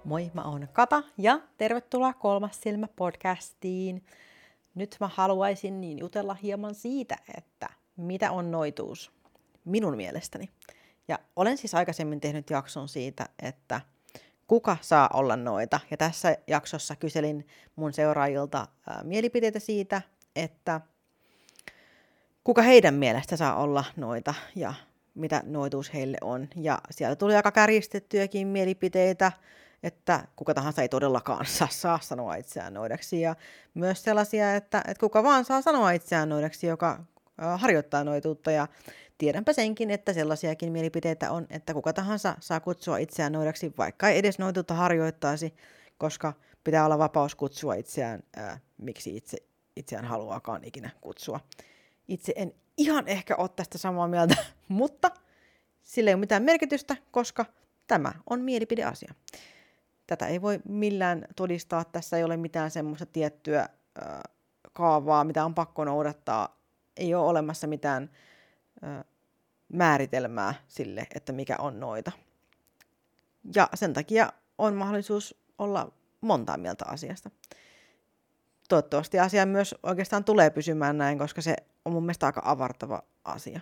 Moi, mä oon Kata ja tervetuloa Kolmas silmä podcastiin. Nyt mä haluaisin jutella hieman siitä, että mitä on noituus minun mielestäni. Ja olen siis aikaisemmin tehnyt jakson siitä, että kuka saa olla noita. Ja tässä jaksossa kyselin mun seuraajilta mielipiteitä siitä, että kuka heidän mielestä saa olla noita ja mitä noituus heille on. Ja siellä tuli aika kärjistettyjäkin mielipiteitä, että kuka tahansa ei todellakaan saa sanoa itseään noidaksi. Ja myös sellaisia, että kuka vaan saa sanoa itseään noidaksi, joka harjoittaa noituutta. Ja tiedänpä senkin, että sellaisiakin mielipiteitä on, että kuka tahansa saa kutsua itseään noidaksi, vaikka ei edes noituutta harjoittaisi, koska pitää olla vapaus kutsua itseään, miksi itseään haluaakaan ikinä kutsua. Itse en ihan ehkä ole tästä samaa mieltä, mutta sillä ei ole mitään merkitystä, koska tämä on mielipideasia. Tätä ei voi millään todistaa, tässä ei ole mitään semmoista tiettyä kaavaa, mitä on pakko noudattaa. Ei ole olemassa mitään määritelmää sille, että mikä on noita. Ja sen takia on mahdollisuus olla montaa mieltä asiasta. Toivottavasti asia myös oikeastaan tulee pysymään näin, koska se on mun mielestä aika avartava asia.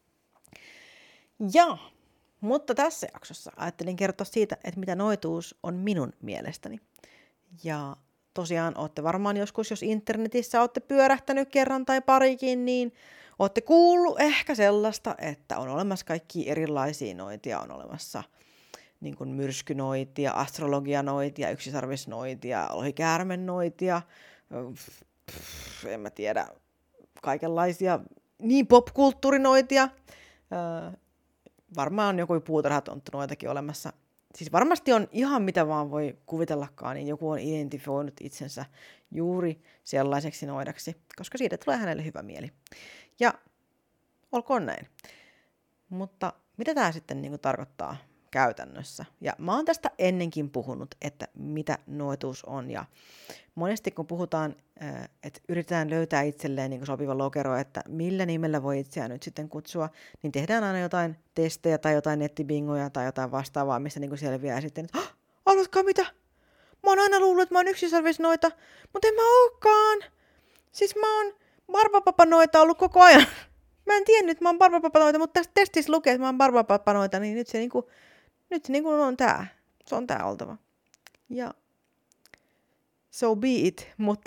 Mutta tässä jaksossa ajattelin kertoa siitä, että mitä noituus on minun mielestäni. Ja tosiaan olette varmaan joskus, jos internetissä olette pyörähtänyt kerran tai parikin, niin olette kuullut ehkä sellaista, että on olemassa kaikki erilaisia noitia. On olemassa niin kuin myrskynoitia, astrologianoitia, yksisarvisnoitia, lohikäärmennoitia, en mä tiedä, kaikenlaisia niin popkulttuurinoitia. Varmaan joku puutarhatonttunoitakin olemassa. Siis varmasti on ihan mitä vaan voi kuvitellakaan, niin joku on identifioinut itsensä juuri sellaiseksi noidaksi, koska siitä tulee hänelle hyvä mieli. Ja olkoon näin. Mutta mitä tämä sitten tarkoittaa käytännössä? Ja mä oon tästä ennenkin puhunut, että mitä noituus on. Ja monesti kun puhutaan, että yritetään löytää itselleen sopiva lokero, että millä nimellä voi itseään nyt sitten kutsua, niin tehdään aina jotain testejä tai jotain nettibingoja tai jotain vastaavaa, missä selviää sitten, että arvatkaa mitä? Mä oon aina luullut, että mä oon yksisarvisnoita, mutta en mä ookaan. Siis mä oon barbapapanoita ollut koko ajan. Mä en tiennyt, että mä oon barbapapanoita, mutta tässä testissä lukee, että mä oon barbapapanoita, niin nyt se on tää. Se on tää oltava. Ja so be it, mutta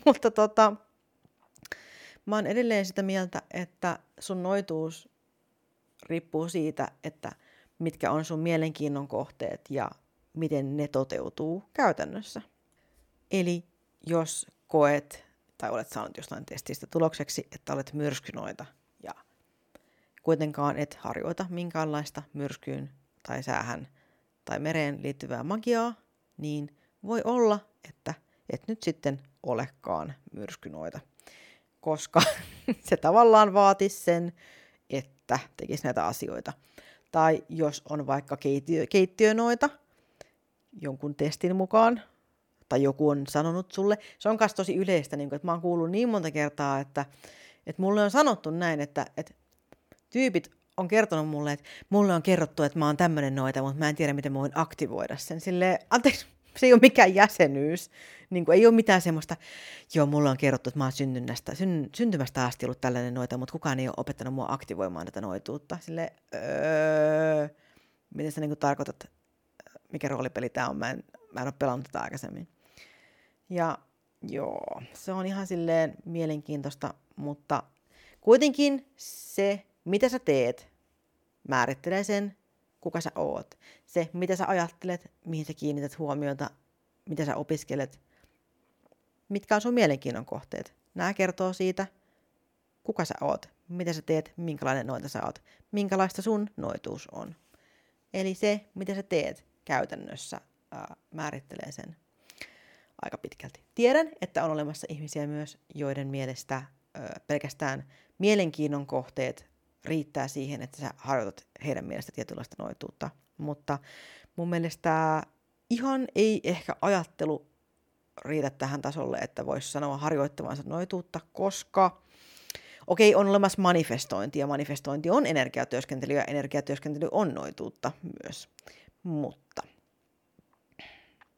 mä oon edelleen sitä mieltä, että sun noituus riippuu siitä, että mitkä on sun mielenkiinnon kohteet ja miten ne toteutuu käytännössä. Eli jos koet tai olet saanut jostain testistä tulokseksi, että olet myrskynoita ja kuitenkaan et harjoita minkäänlaista myrskyyn tai säähän tai mereen liittyvää magiaa, niin voi olla, että et nyt sitten olekaan myrskynoita, koska se tavallaan vaatisi sen, että tekisi näitä asioita. Tai jos on vaikka keittiönoita jonkun testin mukaan, tai joku on sanonut sulle, se on myös tosi yleistä, että mä oon kuullut niin monta kertaa, että mulle on sanottu näin, että tyypit on kertonut mulle, että mulle on kerrottu, että mä oon tämmönen noita, mutta mä en tiedä, miten mä voin aktivoida sen. Silleen, anteeksi, se ei ole mikään jäsenyys. Ei ole mitään semmoista, joo, mulle on kerrottu, että mä oon syntymästä asti ollut tällainen noita, mutta kukaan ei ole opettanut mua aktivoimaan tätä noituutta. Silleen, miten sä tarkoitat, mikä roolipeli tää on? Mä en ole pelannut tätä aikaisemmin. Ja joo, se on ihan silleen mielenkiintoista, mutta kuitenkin se, mitä sä teet, määrittelee sen, kuka sä oot. Se, mitä sä ajattelet, mihin sä kiinnität huomiota, mitä sä opiskelet, mitkä on sun mielenkiinnon kohteet. Nämä kertoo siitä, kuka sä oot, mitä sä teet, minkälainen noita sä oot, minkälaista sun noituus on. Eli se, mitä sä teet käytännössä, määrittelee sen aika pitkälti. Tiedän, että on olemassa ihmisiä myös, joiden mielestä pelkästään mielenkiinnon kohteet riittää siihen, että sä harjoitat heidän mielestä tietynlaista noituutta. Mutta mun mielestä ihan ei ehkä ajattelu riitä tähän tasolle, että voisi sanoa harjoittavansa noituutta, koska on olemassa manifestointi, ja manifestointi on energiatyöskentely, ja energiatyöskentely on noituutta myös. Mutta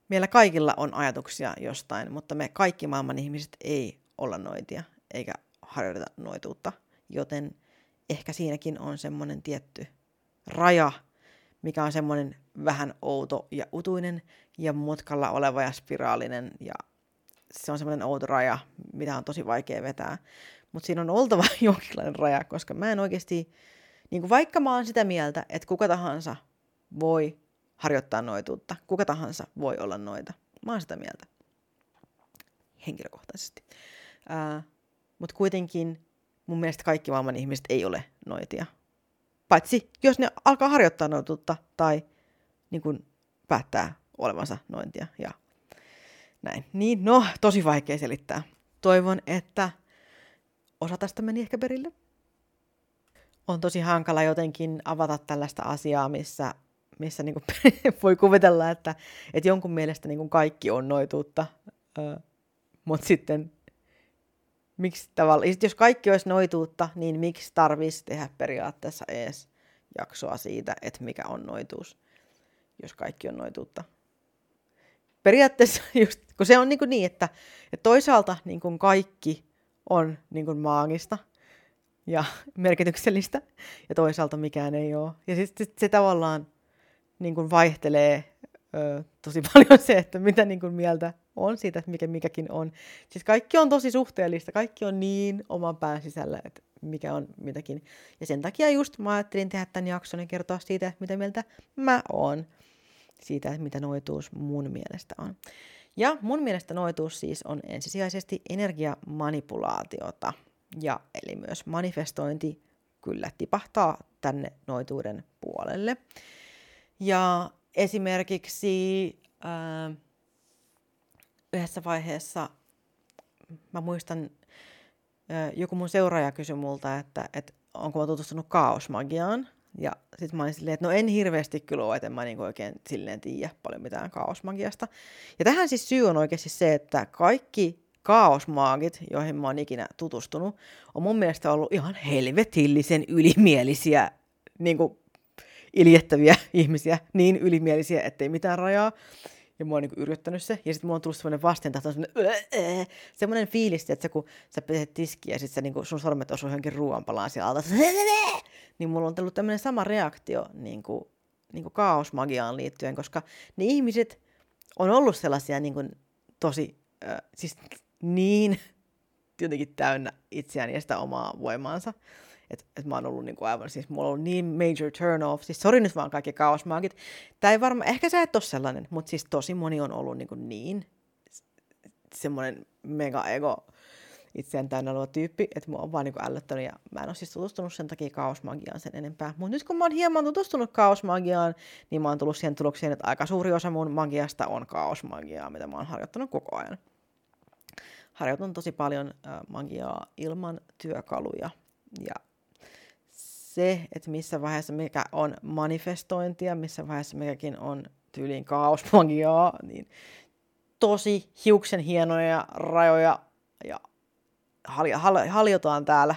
Meillä kaikilla on ajatuksia jostain, mutta me kaikki maailman ihmiset ei olla noitia, eikä harjoiteta noituutta. Joten ehkä siinäkin on semmoinen tietty raja, mikä on semmoinen vähän outo ja utuinen ja mutkalla oleva ja spiraalinen. Ja se on semmoinen outo raja, mitä on tosi vaikea vetää. Mutta siinä on oltava jonkinlainen raja, koska mä en oikeasti, niin kuin vaikka mä oon sitä mieltä, että kuka tahansa voi harjoittaa noituutta, kuka tahansa voi olla noita. Mä oon sitä mieltä henkilökohtaisesti. Mutta kuitenkin mun mielestä kaikki maailman ihmiset ei ole noitia. Paitsi jos ne alkaa harjoittaa noituutta tai niin kun päättää olevansa nointia ja näin. Niin, no, tosi vaikea selittää. Toivon, että osa tästä meni ehkä perille. On tosi hankala jotenkin avata tällaista asiaa, missä niin voi kuvitella, että jonkun mielestä niin kaikki on noituutta. Mutta sitten, miksi jos kaikki olisi noituutta, niin miksi tarvitsisi tehdä periaatteessa edes jaksoa siitä, että mikä on noituus, jos kaikki on noituutta. Periaatteessa just, kun se on niin, että toisaalta niin kaikki on niin maagista ja merkityksellistä, ja toisaalta mikään ei ole. Ja sitten se tavallaan niin vaihtelee tosi paljon se, että mitä niin mieltä on siitä, että mikä mikäkin on. Siis kaikki on tosi suhteellista, kaikki on niin oman pään sisällä, että mikä on mitäkin. Ja sen takia just mä ajattelin tehdä tämän jakson ja kertoa siitä, mitä mieltä mä oon siitä, että mitä noituus mun mielestä on. Ja mun mielestä noituus siis on ensisijaisesti energiamanipulaatiota. Ja eli myös manifestointi kyllä tipahtaa tänne noituuden puolelle. Ja esimerkiksi yhdessä vaiheessa, mä muistan, joku mun seuraaja kysyi multa, että onko mä tutustunut kaosmagiaan. Ja sitten mä olin silleen, että no en hirveästi kyllä ole, että en mä niin oikein silleen tiedä paljon mitään kaosmagiasta. Ja tähän siis syy on oikeasti se, että kaikki kaosmaagit, joihin mä oon ikinä tutustunut, on mun mielestä ollut ihan helvetillisen ylimielisiä, niin kuin iljettäviä ihmisiä, niin ylimielisiä, ettei mitään rajaa. Ja mä oon niin yrittänyt se. Ja sitten mulla on tullut semmoinen vastentahto, semmoinen fiilis, että kun sä peset tiskiä ja sitten sun sormet osuu johonkin ruoanpalaan siellä alta, niin mulla on tullut tämmöinen sama reaktio niin kuin kaosmagiaan liittyen, koska ne ihmiset on ollut sellaisia niin kuin tosi, siis niin jotenkin täynnä itseään ja sitä omaa voimaansa. Että mä oon ollut niinku aivan, siis mulla on ollut niin major turn off, siis sori nyt vaan kaikki kaosmaagit. Tää ei varmaan, ehkä sä et ole sellainen, mutta siis tosi moni on ollut niin semmoinen mega ego itseään täynnä oleva tyyppi, että mua on vaan niinku ällöttänyt ja mä en ole siis tutustunut sen takia kaosmagiaan sen enempää. Mutta nyt kun mä oon hieman tutustunut kaosmagiaan, niin mä oon tullut siihen tulokseen, että aika suuri osa mun magiasta on kaosmagiaa, mitä mä oon harjoittanut koko ajan. Harjoitan tosi paljon magiaa ilman työkaluja ja se, että missä vaiheessa mikä on manifestointia, missä vaiheessa mikäkin on tyyliin kaosmagiaa, niin tosi hiuksen hienoja rajoja ja haljotaan täällä.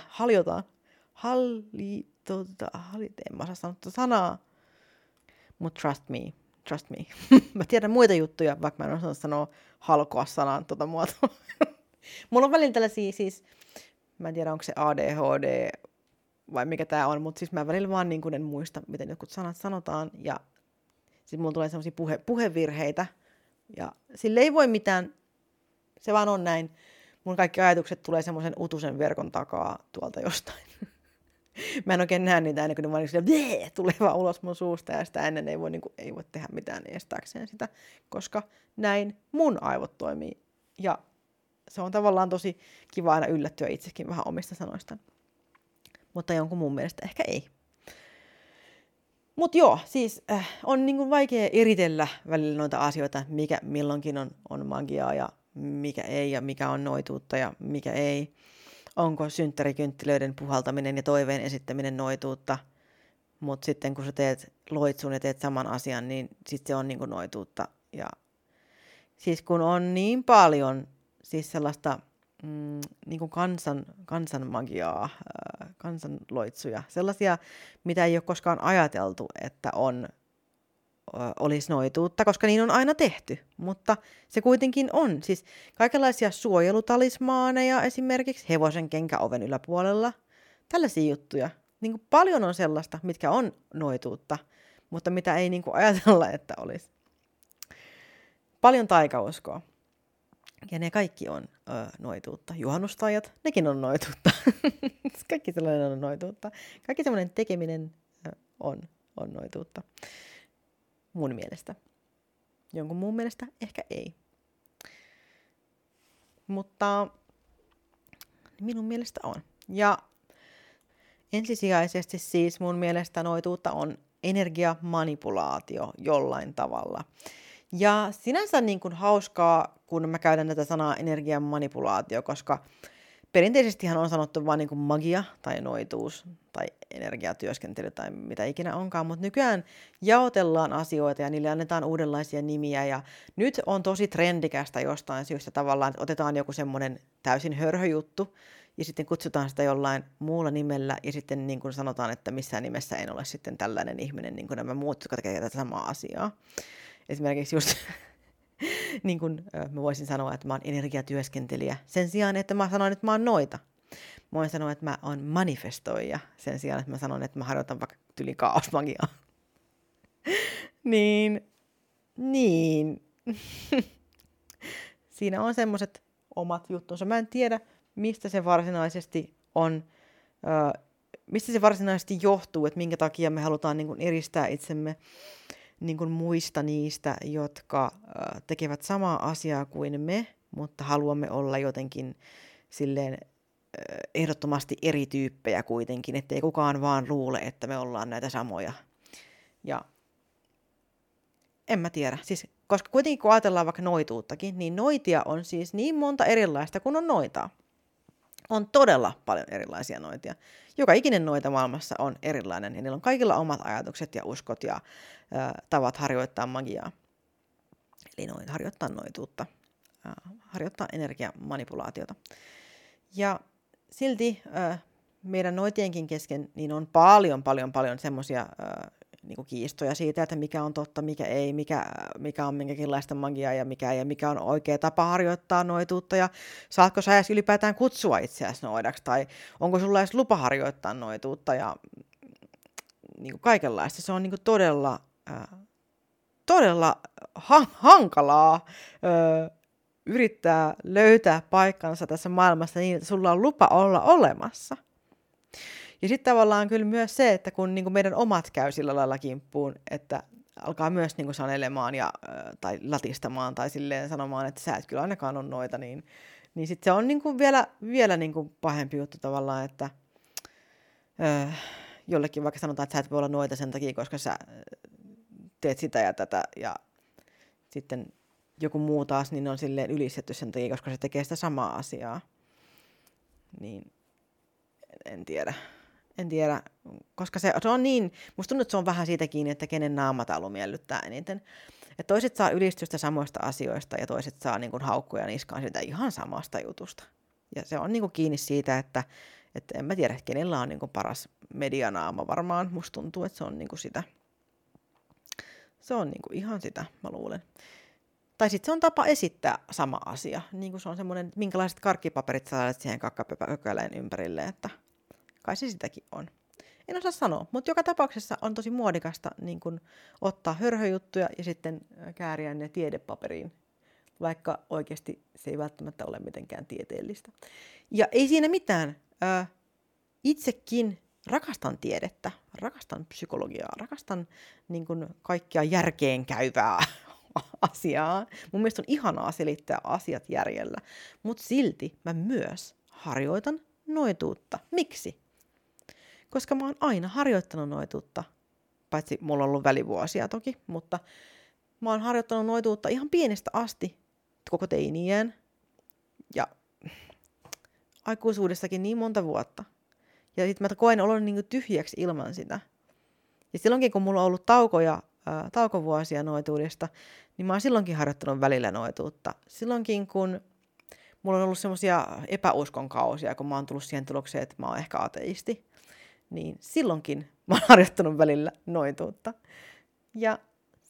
En mä osaa sanoa sanaa, mutta trust me. Mä tiedän muita juttuja, vaikka mä en osaa sanoa halkoa sanan muotoa. Mulla on välillä tällaisia siis, mä en tiedä onko se ADHD vai mikä tää on, mutta siis mä välillä vaan niin kuin en muista, miten jotkut sanat sanotaan, ja sitten mulla tulee semmosia puhevirheitä, ja sille ei voi mitään, se vaan on näin. Mun kaikki ajatukset tulee semmoisen utusen verkon takaa tuolta jostain. Mä en oikein näe niitä ennen kuin ne vaan silleen, tulee vaan ulos mun suusta, ja sitä ennen ei voi tehdä mitään estääkseen sitä, koska näin mun aivot toimii. Ja se on tavallaan tosi kiva aina yllättyä itsekin vähän omista sanoistaan. Mutta jonkun mun mielestä ehkä ei. Mutta joo, siis on niinku vaikea eritellä välillä noita asioita, mikä milloinkin on magiaa ja mikä ei, ja mikä on noituutta ja mikä ei. Onko synttärikynttilöiden puhaltaminen ja toiveen esittäminen noituutta, mutta sitten kun sä teet loitsun ja teet saman asian, niin sitten se on niinku noituutta. Ja siis kun on niin paljon siis sellaista niin kuin kansan magiaa, kansanloitsuja, sellaisia, mitä ei ole koskaan ajateltu, että on olisi noituutta, koska niin on aina tehty. Mutta se kuitenkin on. Siis kaikenlaisia suojelutalismaaneja esimerkiksi hevosen kenkä oven yläpuolella. Tällaisia juttuja. Niin kuin paljon on sellaista, mitkä on noituutta, mutta mitä ei niin kuin ajatella, että olisi. Paljon taikauskoa. Ja ne kaikki on noituutta. Juhannustajat, nekin on noituutta. Kaikki sellainen on noituutta. Kaikki sellainen tekeminen on noituutta. Mun mielestä. Jonkun muun mielestä ehkä ei. Mutta minun mielestä on. Ja ensisijaisesti siis mun mielestä noituutta on energiamanipulaatio jollain tavalla. Ja sinänsä niin kuin hauskaa, kun mä käytän tätä sanaa energiamanipulaatio, koska perinteisestihan on sanottu vain niin kuin magia tai noituus tai energiatyöskentely tai mitä ikinä onkaan, mutta nykyään jaotellaan asioita ja niille annetaan uudenlaisia nimiä ja nyt on tosi trendikästä jostain syystä tavallaan, että otetaan joku semmoinen täysin hörhöjuttu ja sitten kutsutaan sitä jollain muulla nimellä ja sitten niin kuin sanotaan, että missään nimessä en ole sitten tällainen ihminen niin kuin nämä muut, jotka tekevät tätä samaa asiaa. Esimerkiksi just niin kuin mä voisin sanoa, että mä oon energiatyöskentelijä sen sijaan, että mä sanon, että mä oon noita. Mä voin sanoa, että mä oon manifestoija sen sijaan, että mä sanon, että mä harjoitan vaikka tyli kaosmagiaa. niin. Siinä on semmoiset omat juttunsa. Mä en tiedä, mistä se varsinaisesti on, mistä se varsinaisesti johtuu, että minkä takia me halutaan niin kuin eristää itsemme niin kuin muista niistä, jotka tekevät samaa asiaa kuin me, mutta haluamme olla jotenkin silleen ehdottomasti eri tyyppejä kuitenkin, ettei kukaan vaan luule, että me ollaan näitä samoja. Ja en mä tiedä, siis, koska kuitenkin kun ajatellaan vaikka noituuttakin, niin noitia on siis niin monta erilaista kuin on noitaa. On todella paljon erilaisia noitia. Joka ikinen noita maailmassa on erilainen ja niillä on kaikilla omat ajatukset ja uskot ja tavat harjoittaa magiaa. Eli harjoittaa noituutta, harjoittaa energiamanipulaatiota. Ja silti meidän noitienkin kesken niin on paljon semmoisia niinku kiistoja siitä, että mikä on totta, mikä ei, mikä on minkäkinlaista magiaa ja mikä on oikea tapa harjoittaa noituutta ja saatko sä edes ylipäätään kutsua itseäsi noidaksi tai onko sulla edes lupa harjoittaa noituutta ja niinku kaikenlaista. Se on niinku todella hankalaa yrittää löytää paikkansa tässä maailmassa niin, että sulla on lupa olla olemassa. Ja sitten tavallaan kyllä myös se, että kun niin kuin meidän omat käy sillä lailla kimppuun, että alkaa myös niin kuin sanelemaan tai latistamaan tai silleen sanomaan, että sä et kyllä ainakaan ole noita, niin sitten se on niin kuin vielä niin kuin pahempi juttu tavallaan, että jollekin vaikka sanotaan, että sä et voi olla noita sen takia, koska sä teet sitä ja tätä ja sitten joku muu taas niin on silleen ylistetty sen takia, koska se tekee sitä samaa asiaa. Niin en tiedä, koska se on niin, musta tuntuu, että se on vähän siitä kiinni, että kenen naamataulu miellyttää eniten. Että toiset saa ylistystä samoista asioista ja toiset saa niin kuin haukkuja niskaan siitä ihan samasta jutusta. Ja se on niin kuin kiinni siitä, että en mä tiedä, kenellä on niin kuin paras medianaama varmaan. Musta tuntuu, että se on niin kuin sitä. Se on niin kuin ihan sitä, mä luulen. Tai sitten se on tapa esittää sama asia. Niin kuin se on semmoinen, minkälaiset karkkipaperit sä laitat siihen kakkapökäleen ympärille, että kai se sitäkin on. En osaa sanoa, mutta joka tapauksessa on tosi muodikasta niin kun ottaa hörhöjuttuja ja sitten kääriä ne tiedepaperiin, vaikka oikeasti se ei välttämättä ole mitenkään tieteellistä. Ja ei siinä mitään. Itsekin rakastan tiedettä, rakastan psykologiaa, rakastan niin kun kaikkia järkeen käyvää asiaa. Mun mielestä on ihanaa selittää asiat järjellä, mutta silti mä myös harjoitan noituutta. Miksi? Koska mä oon aina harjoittanut noituutta, paitsi mulla on ollut välivuosia toki, mutta mä oon harjoittanut noituutta ihan pienestä asti koko teiniään ja aikuisuudessakin niin monta vuotta. Ja sit mä koen olon niin tyhjäksi ilman sitä. Ja silloinkin kun mulla on ollut taukovuosia noituudesta, niin mä oon silloinkin harjoittanut välillä noituutta. Silloinkin kun mulla on ollut semmoisia epäuskon kausia, kun mä oon tullut siihen tulokseen, että mä oon ehkä ateisti, niin silloinkin mä oon harjoittanut välillä noituutta. Ja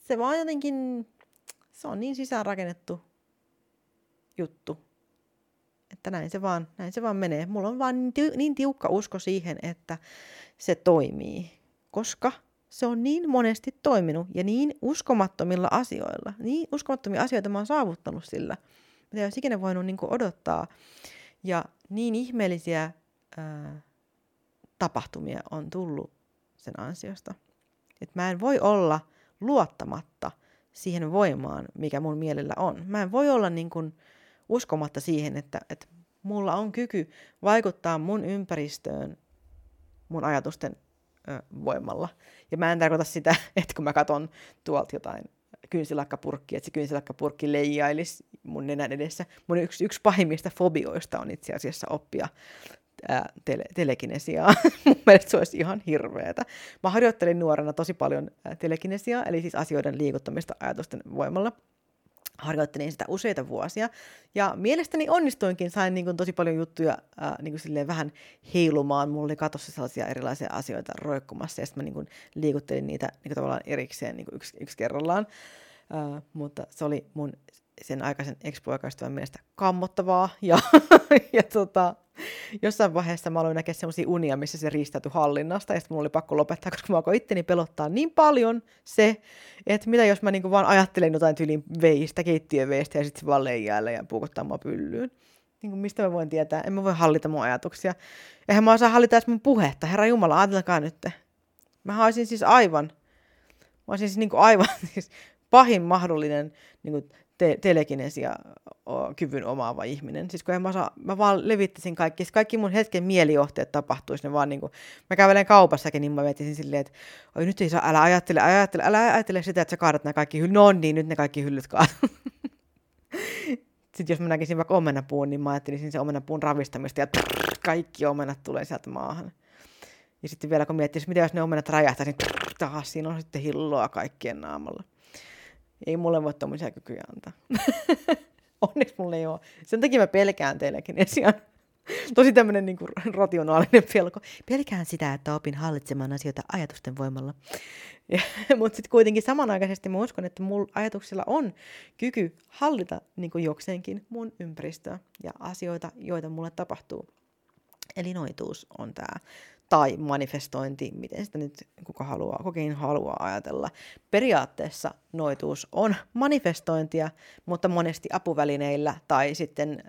se vaan jotenkin, se on niin sisäänrakennettu juttu, että näin se vaan menee. Mulla on vaan niin tiukka usko siihen, että se toimii, koska se on niin monesti toiminut ja niin uskomattomilla asioilla. Niin uskomattomia asioita mä oon saavuttanut sillä, mitä ei olisi ikinä voinut niin kuin odottaa. Ja niin ihmeellisiä tapahtumia on tullut sen ansiosta. Että mä en voi olla luottamatta siihen voimaan, mikä mun mielellä on. Mä en voi olla niin kuin uskomatta siihen, että mulla on kyky vaikuttaa mun ympäristöön mun ajatusten voimalla. Ja mä en tarkoita sitä, että kun mä katson tuolta jotain kynsilakkapurkkia, että se kynsilakkapurkki leijailisi mun nenän edessä. Mun yksi pahimmista fobioista on itse asiassa oppia telekinesiaa. Mun mielestä se olisi ihan hirveetä. Mä harjoittelin nuorena tosi paljon telekinesiaa, eli siis asioiden liikuttamista ajatusten voimalla. Harjoittelin sitä useita vuosia, ja mielestäni onnistuinkin, sain niin kuin tosi paljon juttuja niin kuin silleen vähän heilumaan. Mulla oli katossa sellaisia erilaisia asioita roikkumassa, ja sitten mä niin kuin liikuttelin niitä niin kuin tavallaan erikseen niin kuin yksi kerrallaan. Mutta se oli mun sen aikaisen ex-poikaystävän mielestä kammottavaa, ja jossain vaiheessa mä aloin näkeä sellaisia unia, missä se riistäytyi hallinnasta, ja sitten mulla oli pakko lopettaa, koska mä alkoi itteni pelottaa niin paljon se, että mitä jos mä niinku vaan ajattelen jotain tyylin veistä, keittiöveistä, ja sitten se vaan leijailee ja puukottaa mua pyllyyn. Niin kuin mistä mä voin tietää? En mä voi hallita mun ajatuksia. Eihän mä osaa hallita edes mun puhetta. Herra Jumala, ajatelkaa nyt. Mä olisin siis aivan siis pahin mahdollinen niin telekinesia kyvyn omaava ihminen. Siis kun mä vaan levittäisin kaikki mun hetken mielijohteet tapahtuisi, ne vaan niinku, mä kävelen kaupassakin, niin mä miettisin silleen, että oi nyt ei saa, älä ajattele sitä, että sä kaadat nämä kaikki hyllyt, no niin, nyt ne kaikki hyllyt kaadat. Sitten jos mä näkisin vaikka omenapuun, niin mä ajattelisin se omenapuun ravistamista ja kaikki omenat tulee sieltä maahan. Ja sitten vielä kun miettisin, mitä jos ne omenat räjähtäisi, niin taas siinä on sitten hilloa kaikkien naamalla. Ei mulle voi tommoisia kykyjä antaa. Onneksi mulle ei ole. Sen takia mä pelkään telekinesian. Tosi tämmönen niinku rationaalinen pelko. Pelkään sitä, että opin hallitsemaan asioita ajatusten voimalla. Mutta sitten kuitenkin samanaikaisesti mä uskon, että mun ajatuksilla on kyky hallita niinku jokseenkin mun ympäristöä ja asioita, joita mulle tapahtuu. Eli noituus on tämä. Tai manifestointi, miten sitä nyt kukin haluaa ajatella. Periaatteessa noituus on manifestointia, mutta monesti apuvälineillä tai sitten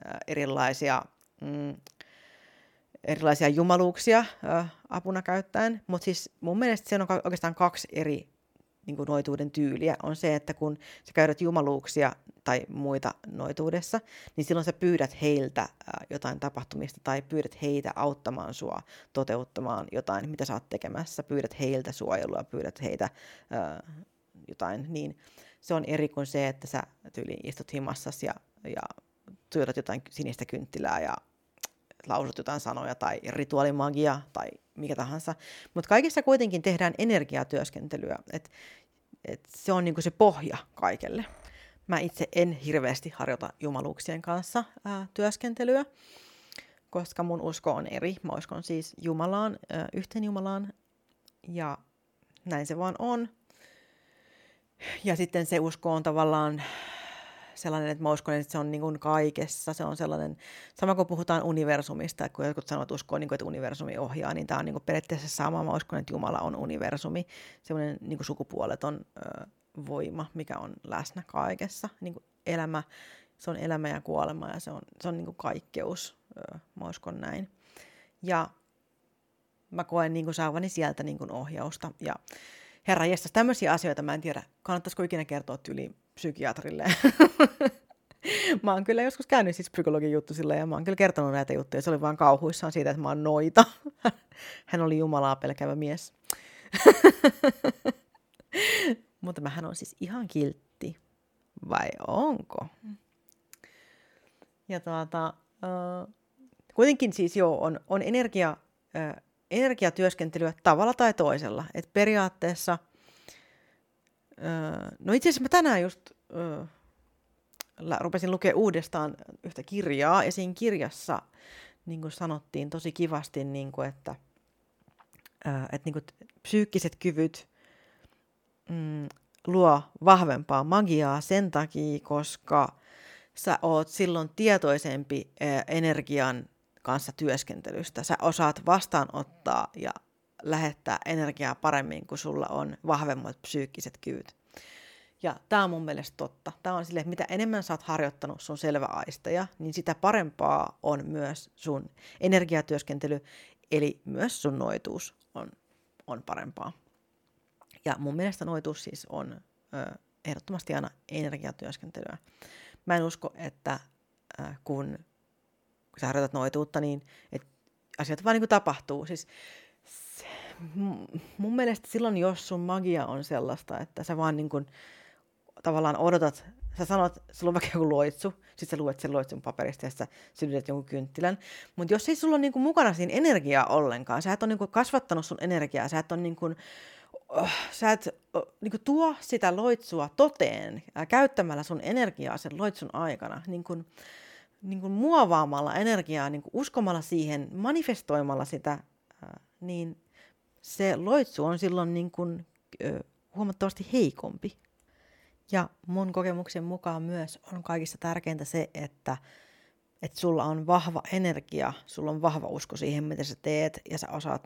erilaisia jumaluuksia apuna käyttäen. Mutta siis mun mielestä se on oikeastaan kaksi eri niin kuin noituuden tyyliä. On se, että kun sä käydät jumaluuksia tai muita noituudessa, niin silloin sä pyydät heiltä jotain tapahtumista tai pyydät heitä auttamaan sua toteuttamaan jotain, mitä sä oot tekemässä. Pyydät heiltä suojelua, pyydät heitä jotain. Niin se on eri kuin se, että sä tyyliin istut himassasi ja tuijotat jotain sinistä kynttilää ja lausut jotain sanoja tai rituaalimagia tai mikä tahansa. Mutta kaikissa kuitenkin tehdään energiatyöskentelyä. Et se on niinku se pohja kaikelle. Mä itse en hirveästi harjoita jumaluuksien kanssa työskentelyä, koska mun usko on eri. Mä uskon siis Jumalaan, yhteen Jumalaan, ja näin se vaan on. Ja sitten se usko on tavallaan sellainen, että mä uskon, että se on niin kuin kaikessa. Se on sellainen, sama kuin puhutaan universumista, että kun jotkut sanoo, että uskoo, että universumi ohjaa, niin tämä on niin kuin periaatteessa sama. Mä uskon, että Jumala on universumi, sellainen niin kuin sukupuoleton voima, mikä on läsnä kaikessa. Niin kuin elämä, se on elämä ja kuolema ja se on niin kuin kaikkeus. Mä uskon näin. Ja mä koen niin kuin saavani sieltä niin kuin ohjausta. Ja herra jestas, tämmöisiä asioita mä en tiedä, kannattaisiko ikinä kertoa tyyliin psykiatrille. Mä oon kyllä joskus käynyt siis psykologin juttusilla ja mä oon kyllä kertonut näitä juttuja. Se oli vaan kauhuissaan siitä, että mä oon noita. Hän oli Jumalaa pelkäävä mies. Mutta mähän on siis ihan kiltti. Vai onko? Ja kuitenkin siis on energiatyöskentelyä tavalla tai toisella. Et periaatteessa, no itse asiassa mä tänään just rupesin lukea uudestaan yhtä kirjaa, ja siinä kirjassa niin kuin sanottiin tosi kivasti, niin kuin, että niin kuin psyykkiset kyvyt luo vahvempaa magiaa sen takia, koska sä oot silloin tietoisempi energian kanssa työskentelystä. Sä osaat vastaanottaa ja lähettää energiaa paremmin, kun sulla on vahvemmat psyykkiset kyvyt. Ja tää on mun mielestä totta. Tää on silleen, että mitä enemmän sä oot harjoittanut sun selväaisteja, niin sitä parempaa on myös sun energiatyöskentely, eli myös sun noituus on parempaa. Ja mun mielestä noituus siis on ehdottomasti aina energiatyöskentelyä. Mä en usko, että kun sä harjoitat noituutta, niin että asiat vaan niin kuin tapahtuu. Siis mun mielestä silloin, jos sun magia on sellaista, että sä vaan niin kuin tavallaan odotat, sä sanot, sulla on vaikka joku loitsu, sit sä luet sen loitsun paperista ja sä sytytät jonkun kynttilän, mutta jos ei sulla ole niin kuin mukana siinä energiaa ollenkaan, sä et ole niin kuin kasvattanut sun energiaa, sä et ole niin kuin niin kuin tuo sitä loitsua toteen käyttämällä sun energiaa sen loitsun aikana, niin kuin muovaamalla energiaa, niin kuin uskomalla siihen, manifestoimalla sitä, niin se loitsu on silloin niin kuin, huomattavasti heikompi. Ja mun kokemuksen mukaan myös on kaikista tärkeintä se, että sulla on vahva energia, sulla on vahva usko siihen, mitä sä teet, ja sä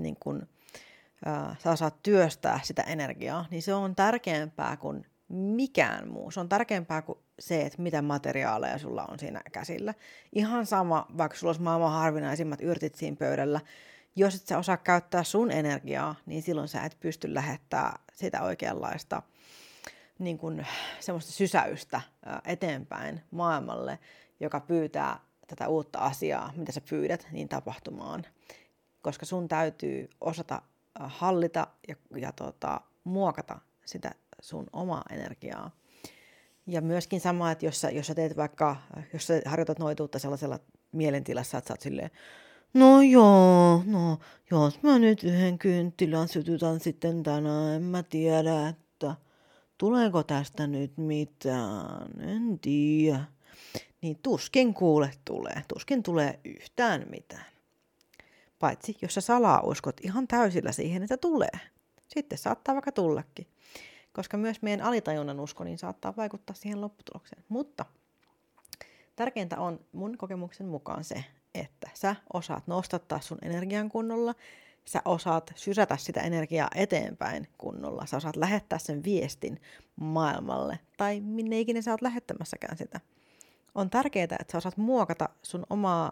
osaat työstää sitä energiaa, niin se on tärkeämpää kuin mikään muu. Se on tärkeämpää kuin se, että mitä materiaaleja sulla on siinä käsillä. Ihan sama, vaikka sulla olisi maailman harvinaisimmat yrtit siinä pöydällä, jos et sä osaa käyttää sun energiaa, niin silloin sä et pysty lähettämään sitä oikeanlaista niin kuin semmoista sysäystä eteenpäin maailmalle, joka pyytää tätä uutta asiaa, mitä sä pyydät, niin tapahtumaan. Koska sun täytyy osata hallita ja muokata sitä sun omaa energiaa. Ja myöskin sama, että jos sä teet vaikka, jos sä harjoitat noituutta sellaisella mielentilassa, että sä oot silleen, no joo, no jos mä nyt yhden kynttilän sytytän sitten tänään, en mä tiedä, että tuleeko tästä nyt mitään, en tiedä. Niin tuskin tulee yhtään mitään. Paitsi jos sä salaa uskot ihan täysillä siihen, että tulee. Sitten saattaa vaikka tullakin. Koska myös meidän alitajunnan usko niin saattaa vaikuttaa siihen lopputulokseen. Mutta tärkeintä on mun kokemuksen mukaan se, että sä osaat nostattaa sun energian kunnolla. Sä osaat sysätä sitä energiaa eteenpäin kunnolla. Sä osaat lähettää sen viestin maailmalle. Tai minne ikinä sä oot lähettämässäkään sitä. On tärkeää, että sä osaat muokata sun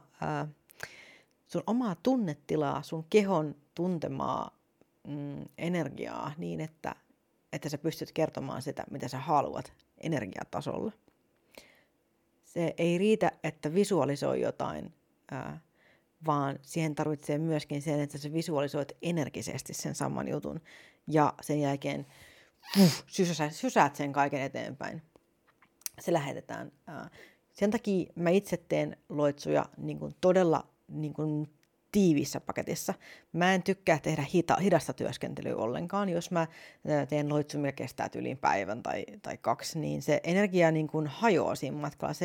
omaa tunnetilaa, sun kehon tuntemaa energiaa niin, että sä pystyt kertomaan sitä, mitä sä haluat energiatasolla. Se ei riitä, että visualisoi jotain, vaan siihen tarvitsee myöskin sen, että sä visualisoit energisesti sen saman jutun ja sen jälkeen sysäät sen kaiken eteenpäin. Se lähetetään. Sen takia mä itse teen loitsuja niin kuin todella niin kuin tiiviissä paketissa. Mä en tykkää tehdä hidasta työskentelyä ollenkaan. Jos mä teen loitsun, mikä kestää yli päivän tai 2, niin se energia niin kuin hajoaa siinä matkalla.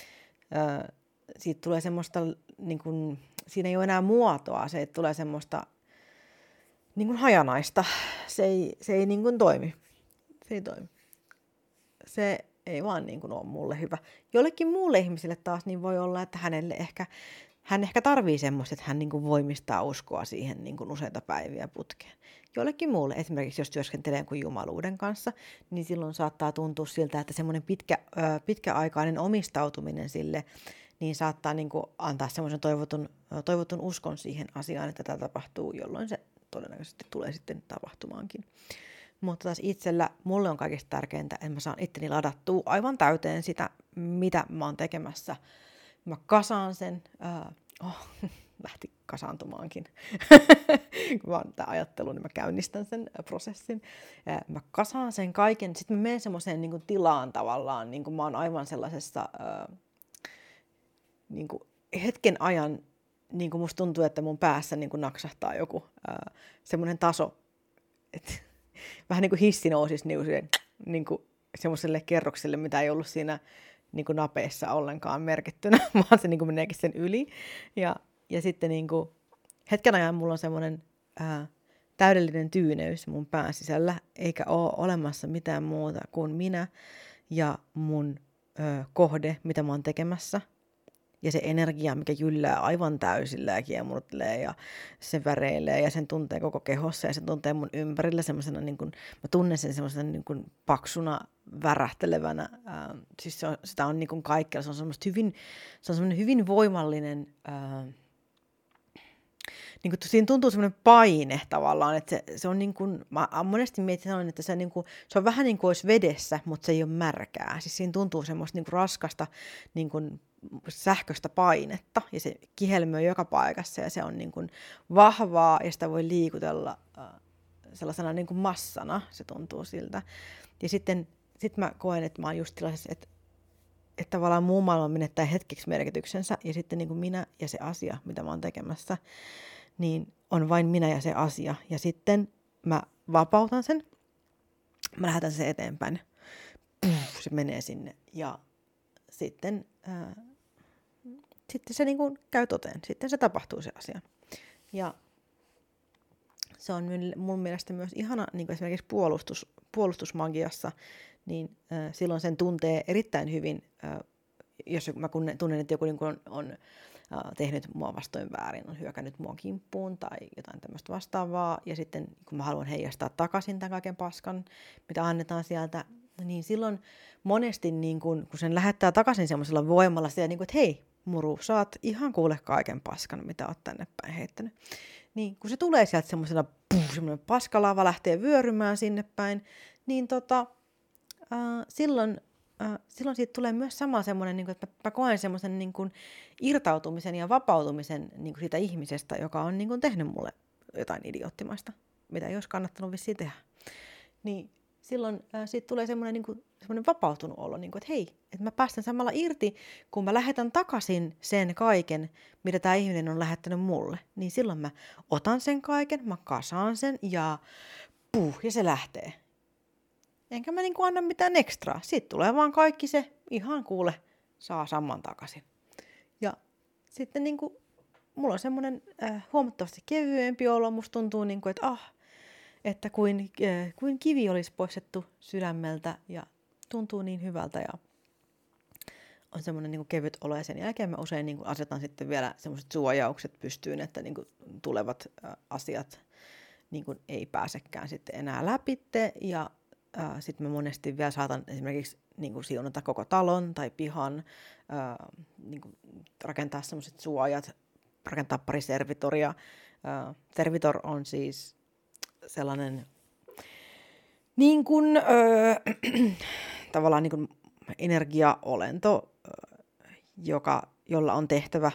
Siitä tulee semmoista, niin kuin, siinä ei ole enää muotoa, se tulee semmoista niin kuin hajanaista. Se ei niin kuin toimi. Se ei toimi. Se ei vaan niin kuin ole mulle hyvä. Jollekin muulle ihmiselle taas niin voi olla, että hän ehkä tarvii semmoista, että hän niin kuin voimistaa uskoa siihen niin kuin useita päiviä putkeen. Jollekin muulle, esimerkiksi jos työskentelee kuin jumaluuden kanssa, niin silloin saattaa tuntua siltä, että semmoinen pitkäaikainen omistautuminen sille, niin saattaa niin kuin antaa semmoisen toivotun uskon siihen asiaan, että tämä tapahtuu, jolloin se todennäköisesti tulee sitten tapahtumaankin. Mutta taas mulle on kaikista tärkeintä, että mä saan itteni ladattua aivan täyteen sitä, mitä mä oon tekemässä. Mä kasaan sen, lähti kasaantumaankin. Kun mä oon tää ajattelu, niin mä käynnistän sen prosessin. Mä kasaan sen kaiken, sitten mä menen semmoiseen niin kuin tilaan tavallaan, niin kuin mä oon aivan sellaisessa niin kuin hetken ajan, niin kuin musta tuntuu, että mun päässä niin kuin naksahtaa joku semmoinen taso, että vähän niin kuin hissi nousisi niin kuin semmoiselle kerrokselle, mitä ei ollut siinä niin kuin napeissa ollenkaan merkittynä, vaan se niin kuin meneekin sen yli. Ja sitten niin kuin hetken ajan mulla on semmoinen täydellinen tyyneys mun pään sisällä, eikä ole olemassa mitään muuta kuin minä ja mun kohde, mitä mä oon tekemässä. Ja se energia, mikä jyllää aivan täysillä ja kiemurtelee ja se väreilee ja sen tuntee koko kehossa ja se tuntee mun ympärillä semmoisena, niin kuin, mä tunnen sen semmoisena niin kuin paksuna, värähtelevänä. Siis sitä on niin kuin kaikkea, se on semmoinen hyvin voimallinen, niin kuin, siinä tuntuu semmoinen paine tavallaan, että se on niin kuin, mä monesti mietin, että se on vähän niin kuin olisi vedessä, mutta se ei ole märkää. Siis siinä tuntuu semmoista niin kuin raskasta niin kuin sähköistä painetta ja se kihelmöi joka paikassa ja se on niin kuin vahvaa ja sitä voi liikutella sellaisena niin kuin massana, se tuntuu siltä. Ja sitten mä koen, että mä oon just tilaisessa, että tavallaan muu maailma menettää hetkeksi merkityksensä ja sitten niin kuin minä ja se asia, mitä mä oon tekemässä, niin on vain minä ja se asia. Ja sitten mä vapautan sen, mä lähetän sen eteenpäin, se menee sinne ja sitten se niin kuin käy toteen, sitten se tapahtuu se asia. Ja se on mun mielestä myös ihana, niin kuin esimerkiksi puolustusmagiassa, niin silloin sen tuntee erittäin hyvin, jos mä tunnen, että joku niin kuin on tehnyt mua vastoin väärin, on hyökännyt mua kimppuun tai jotain tämmöistä vastaavaa, ja sitten kun mä haluan heijastaa takaisin tämän kaiken paskan, mitä annetaan sieltä, niin silloin monesti, niin kun sen lähettää takaisin semmoisella voimalla, siellä, niin kuin, että hei, muru, saat ihan kuule kaiken paskan, mitä oot tänne päin heittänyt. Niin kun se tulee sieltä semmoisena, semmoinen paskalava lähtee vyörymään sinne päin, niin silloin siitä tulee myös sama semmoinen, niin kuin, että mä koen semmoisen niin kuin irtautumisen ja vapautumisen niin kuin siitä ihmisestä, joka on niin kuin tehnyt mulle jotain idioottimaista, mitä ei olisi kannattanut vissiin tehdä. Niin silloin siitä tulee semmoinen, niin kuin, semmoinen vapautunut olo, niin kuin, että hei, että mä päästän samalla irti, kun mä lähetän takaisin sen kaiken, mitä tämä ihminen on lähettänyt mulle. Niin silloin mä otan sen kaiken, mä kasaan sen ja ja se lähtee. Enkä mä niinku anna mitään ekstraa. Siitä tulee vaan kaikki se, ihan kuule, saa saman takaisin. Ja sitten niinku, mulla on semmoinen huomattavasti kevyempi olo. Musta tuntuu, niinku, että kuin kivi olisi poistettu sydämeltä ja tuntuu niin hyvältä. Ja on semmoinen niinku kevyt olo ja sen jälkeen mä usein niinku asetan sitten vielä semmoiset suojaukset pystyyn, että niinku tulevat asiat niinku ei pääsekään sitten enää läpitte ja sitten mä monesti vielä saatan esimerkiksi niin kuin siunata koko talon tai pihan, niin kuin rakentaa sellaiset suojat, rakentaa pari servitoria. Servitor on siis sellainen niin kuin, tavallaan niin kuin energiaolento, jolla on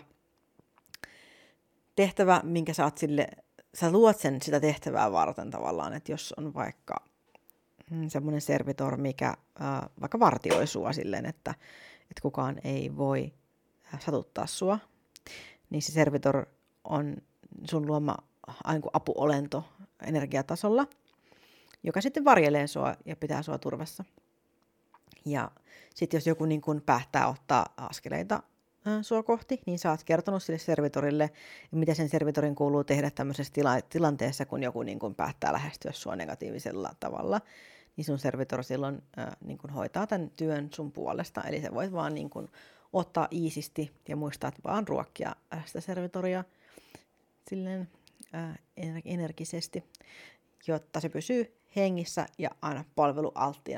tehtävä, minkä sä luot sitä tehtävää varten tavallaan, että jos on vaikka semmoinen servitor, mikä vaikka vartioi sua silleen, että kukaan ei voi satuttaa sua, niin se servitor on sun luoma apuolento energiatasolla, joka sitten varjelee sua ja pitää sua turvassa. Ja sitten jos joku niin kun päättää ottaa askeleita sua kohti, niin sä oot kertonut sille servitorille, mitä sen servitorin kuuluu tehdä tämmöisessä tilanteessa, kun joku niin kun päättää lähestyä sua negatiivisella tavalla, niin sun servitor silloin niin kun hoitaa tämän työn sun puolesta. Eli sä voit vaan niin kun ottaa iisisti ja muistaa, että vaan ruokkia sitä servitoria silleen energisesti, jotta se pysyy hengissä ja aina palvelualttina.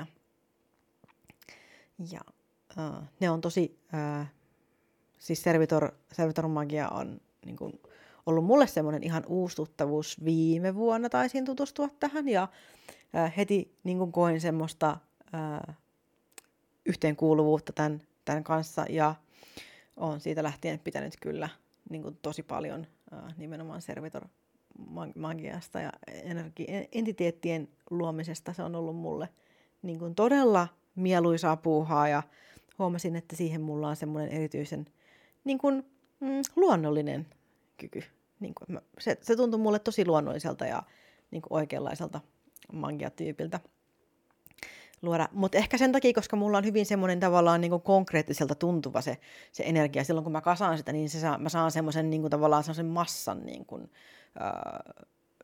Ja ne on tosi, siis servitor magia on niin kuin ollut mulle semmoinen ihan uusi tuttavuus. Viime vuonna taisin tutustua tähän ja heti niin kuin koin semmoista yhteenkuuluvuutta tämän kanssa ja olen siitä lähtien pitänyt kyllä niin kuin tosi paljon nimenomaan servitor magiasta ja entiteettien luomisesta. Se on ollut mulle niin kuin todella mieluisaa puuhaa ja huomasin, että siihen mulla on semmoinen erityisen niin kuin, luonnollinen kyky. Niin kuin, se tuntui mulle tosi luonnolliselta ja niin kuin oikeanlaiselta magiatyypiltä luoda. Mutta ehkä sen takia, koska mulla on hyvin semmoinen tavallaan niin kuin konkreettiselta tuntuva se energia. Silloin kun mä kasaan sitä, niin mä saan semmoisen niin kuin tavallaan semmoisen massan niin kuin,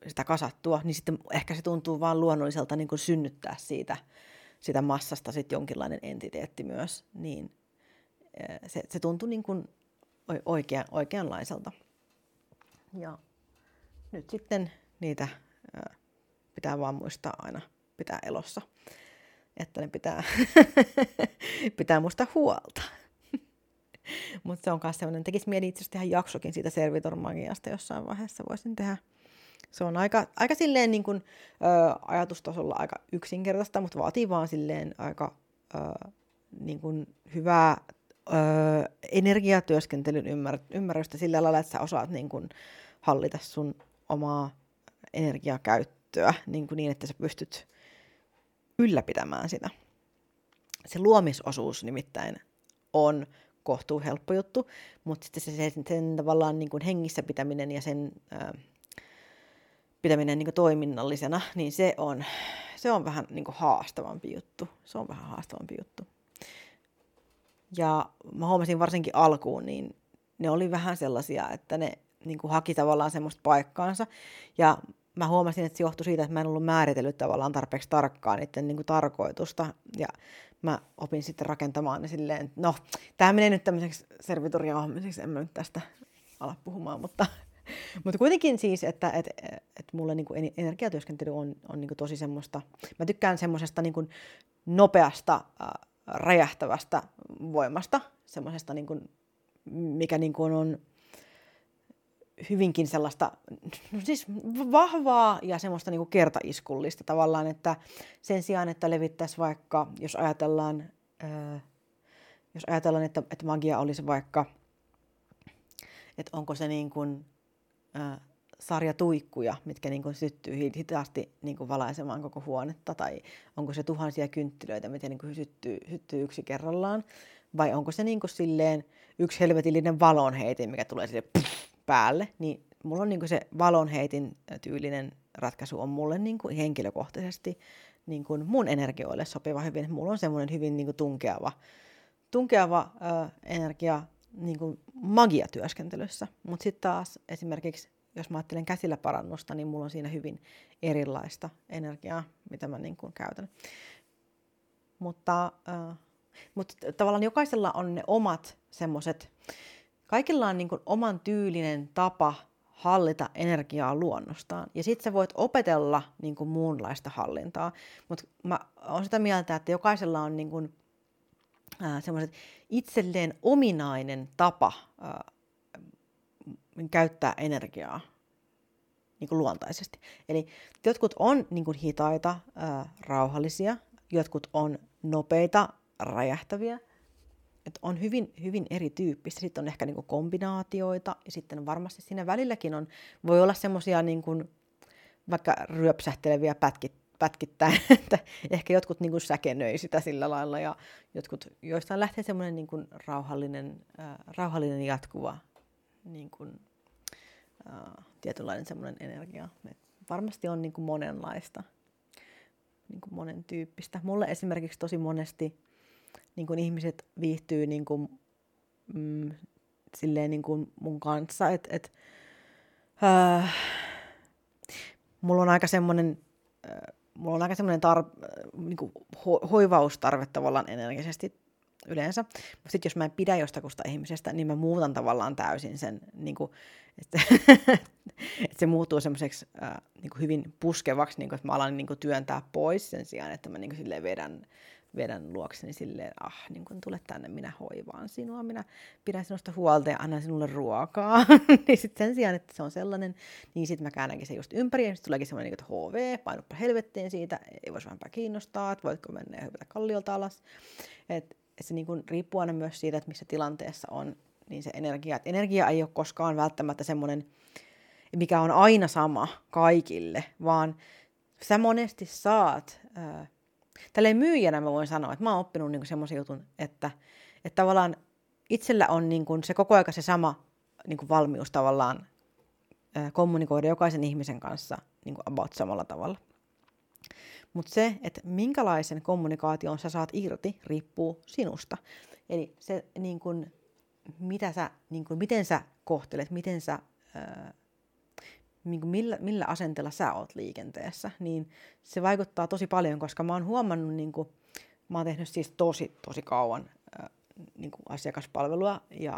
sitä kasattua, niin sitten ehkä se tuntuu vaan luonnolliselta niin kuin synnyttää sitä massasta sit jonkinlainen entiteetti myös, niin se tuntui niin kuin oikeanlaiselta. Ja nyt sitten niitä pitää vaan muistaa aina pitää elossa, että ne pitää muistaa huolta. Mutta se on myös sellainen, tekisi mieli itse asiassa tehdä jaksokin siitä servitor-magiasta jossain vaiheessa voisin tehdä. Se on aika silleen niin kuin, ajatustasolla aika yksinkertaista, mutta vaatii vaan silleen aika niin kuin hyvää energiatyöskentelyn ymmärrystä sillä lailla, että sä osaat niin kuin hallita sun omaa energiakäyttöä niin, että sä pystyt ylläpitämään sitä. Se luomisosuus nimittäin on kohtuu helppo juttu, mutta sitten sen tavallaan niin kuin hengissä pitäminen ja sen pitäminen niin kuin toiminnallisena, niin se on vähän niin kuin haastavampi juttu. Se on vähän haastavampi juttu. Ja mä huomasin varsinkin alkuun, niin ne oli vähän sellaisia, että ne niin kuin haki tavallaan semmoista paikkaansa. Ja mä huomasin, että se johtui siitä, että mä en ollut määritellyt tavallaan tarpeeksi tarkkaan niiden niin kuin tarkoitusta. Ja mä opin sitten rakentamaan ne silleen, no, tää menee nyt tämmöiseksi servitoriahommaiseksi, en mä nyt tästä ala puhumaan, mutta kuitenkin siis, että mulle niin kuin energiatyöskentely on niin kuin tosi semmoista, mä tykkään semmoisesta niin kuin nopeasta, räjähtävästä voimasta, semmoisesta, niin kuin, mikä niin kuin on hyvinkin sellaista, no siis vahvaa ja semmoista niin kuin kertaiskullista tavallaan, että sen sijaan, että levittäisi vaikka, jos ajatellaan, että magia olisi vaikka, että onko se niin kuin sarja tuikkuja, mitkä niin kuin syttyy hitaasti niin kuin valaisemaan koko huonetta, tai onko se tuhansia kynttilöitä, mitkä niin kuin syttyy yksi kerrallaan, vai onko se niin kuin silleen yksi helvetillinen valonheitin, mikä tulee sille päälle, niin mulla on niin kuin se valonheitin tyylinen ratkaisu on mulle niin kuin henkilökohtaisesti niin kuin mun energioille sopiva hyvin. Mulla on semmoinen hyvin niin kuin tunkeava energia niin kuin magiatyöskentelyssä, mutta sitten taas esimerkiksi, jos mä ajattelen käsillä parannusta, niin mulla on siinä hyvin erilaista energiaa, mitä mä niin kuin käytän. Mutta tavallaan jokaisella on ne omat semmoiset, kaikilla on niin kuin oman tyylinen tapa hallita energiaa luonnostaan. Ja sitten sä voit opetella niin kuin muunlaista hallintaa. Mutta mä oon sitä mieltä, että jokaisella on niin kuin semmoiset itselleen ominainen tapa käyttää energiaa niin kuin luontaisesti. Eli jotkut on niin kuin hitaita, rauhallisia, jotkut on nopeita, räjähtäviä. Että on hyvin, hyvin erityyppistä. Sitten on ehkä niin kuin kombinaatioita ja sitten varmasti siinä välilläkin voi olla semmoisia niin kuin vaikka ryöpsähteleviä pätkittäin, että ehkä jotkut niin kuin säkenöi sitä sillä lailla ja joistain lähtee semmoinen niin kuin rauhallinen jatkuva niin kuin, tietynlainen semmoinen energia. Et varmasti on niin kuin monenlaista, niin kuin monen tyyppistä. Mulle esimerkiksi tosi monesti niin kuin ihmiset viihtyy niin kuin, silleen niin kuin mun kanssa, että mulla on aika semmoinen niin kuin hoivaustarve tavallaan energisesti yleensä. Mutta sitten jos mä en pidä jostakusta ihmisestä, niin mä muutan tavallaan täysin sen, niin kuin, että se muuttuu semmoiseksi niin kuin hyvin puskevaksi, niin kuin, että mä alan niin kuin työntää pois sen sijaan, että mä niin kuin silleen vedän luokseni silleen, niin kun tulet tänne, minä hoivaan sinua, minä pidän sinusta huolta ja annan sinulle ruokaa. Niin sitten sen sijaan, että se on sellainen, niin sitten mä käännänkin se just ympäri ja sitten tuleekin semmoinen, että HV, painuppa helvettiin siitä, ei voisi vähempää kiinnostaa, että voitko mennä ja hypätä kalliolta alas. Et se niin kun riippuu aina myös siitä, että missä tilanteessa on niin se energia. Et energia ei ole koskaan välttämättä semmoinen, mikä on aina sama kaikille, vaan sä monesti saat tälleen myyjänä mä voin sanoa, että mä oon oppinut niinku semmoisen jutun, että tavallaan itsellä on niinku se koko ajan se sama niinku valmius tavallaan kommunikoida jokaisen ihmisen kanssa niinku about samalla tavalla. Mutta se, että minkälaisen kommunikaation sä saat irti, riippuu sinusta. Eli se, miten sä kohtelet, niin millä asenteella sä oot liikenteessä, niin se vaikuttaa tosi paljon, koska mä oon huomannut, niin kuin, mä oon tehnyt siis tosi kauan niin kuin asiakaspalvelua, ja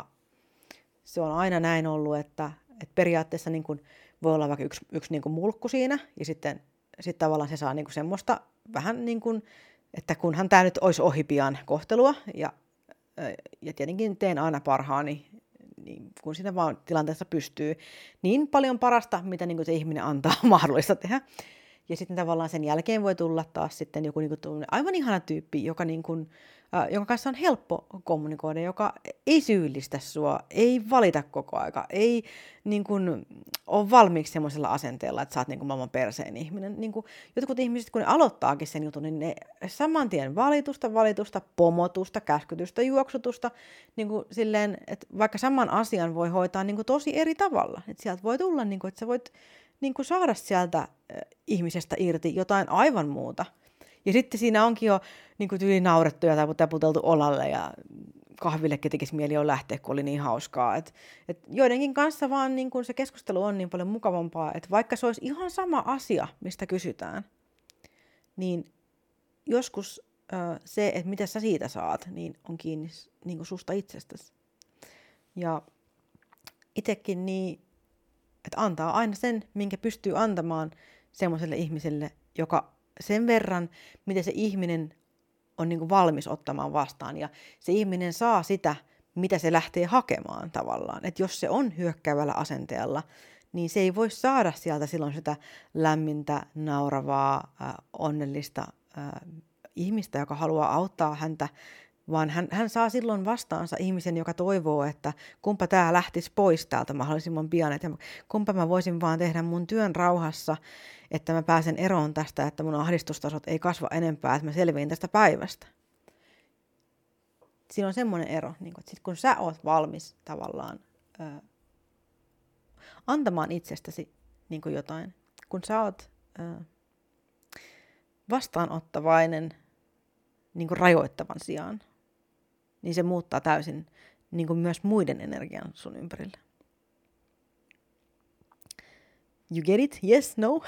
se on aina näin ollut, että periaatteessa niin kuin voi olla vaikka yksi niin kuin mulkku siinä, ja sitten tavallaan se saa niin kuin semmoista vähän niin kuin, että kunhan tämä nyt olisi ohi pian kohtelua, ja tietenkin teen aina parhaani, niin kun siinä vaan tilanteessa pystyy, niin paljon parasta, mitä niin kuin se ihminen antaa mahdollista tehdä. Ja sitten tavallaan sen jälkeen voi tulla taas sitten joku niin kuin aivan ihana tyyppi, jonka kanssa on helppo kommunikoida, joka ei syyllistä sua, ei valita koko aika, ei niin kuin, ole valmiiksi semmoisella asenteella, että sä oot niin kuin maailman perseen ihminen. Niin kuin, jotkut ihmiset, kun ne aloittaakin sen jutun, niin ne saman tien valitusta, pomotusta, käskytystä, juoksutusta, niin kuin silleen, että vaikka saman asian voi hoitaa niin kuin tosi eri tavalla. Että sieltä voi tulla, niin kuin, että sä voit niin kuin saada sieltä ihmisestä irti jotain aivan muuta. Ja sitten siinä onkin jo niin kuin tyyli naurettu ja taputeltu olalle ja kahvillekin tekisi mieli jo lähteä, kun oli niin hauskaa. Et joidenkin kanssa vaan niin kuin se keskustelu on niin paljon mukavampaa, että vaikka se olisi ihan sama asia, mistä kysytään, niin joskus se, että mitä sä siitä saat, niin on kiinni niin kuin susta itsestäsi. Ja itsekin niin, että antaa aina sen, minkä pystyy antamaan semmoiselle ihmiselle, joka sen verran, miten se ihminen on niin kuin valmis ottamaan vastaan. Ja se ihminen saa sitä, mitä se lähtee hakemaan tavallaan. Että jos se on hyökkäävällä asenteella, niin se ei voi saada sieltä silloin sitä lämmintä, nauravaa, onnellista ihmistä, joka haluaa auttaa häntä, vaan hän saa silloin vastaansa ihmisen, joka toivoo, että kumpa tämä lähtisi pois täältä mahdollisimman pian, että kumpa mä voisin vaan tehdä mun työn rauhassa, että mä pääsen eroon tästä, että mun ahdistustasot ei kasva enempää, että mä selviin tästä päivästä. Siinä on semmoinen ero, että sit kun sä oot valmis tavallaan antamaan itsestäsi jotain, kun sä oot vastaanottavainen rajoittavan sijaan, niin se muuttaa täysin myös muiden energian sun ympärillä. You get it? Yes? No?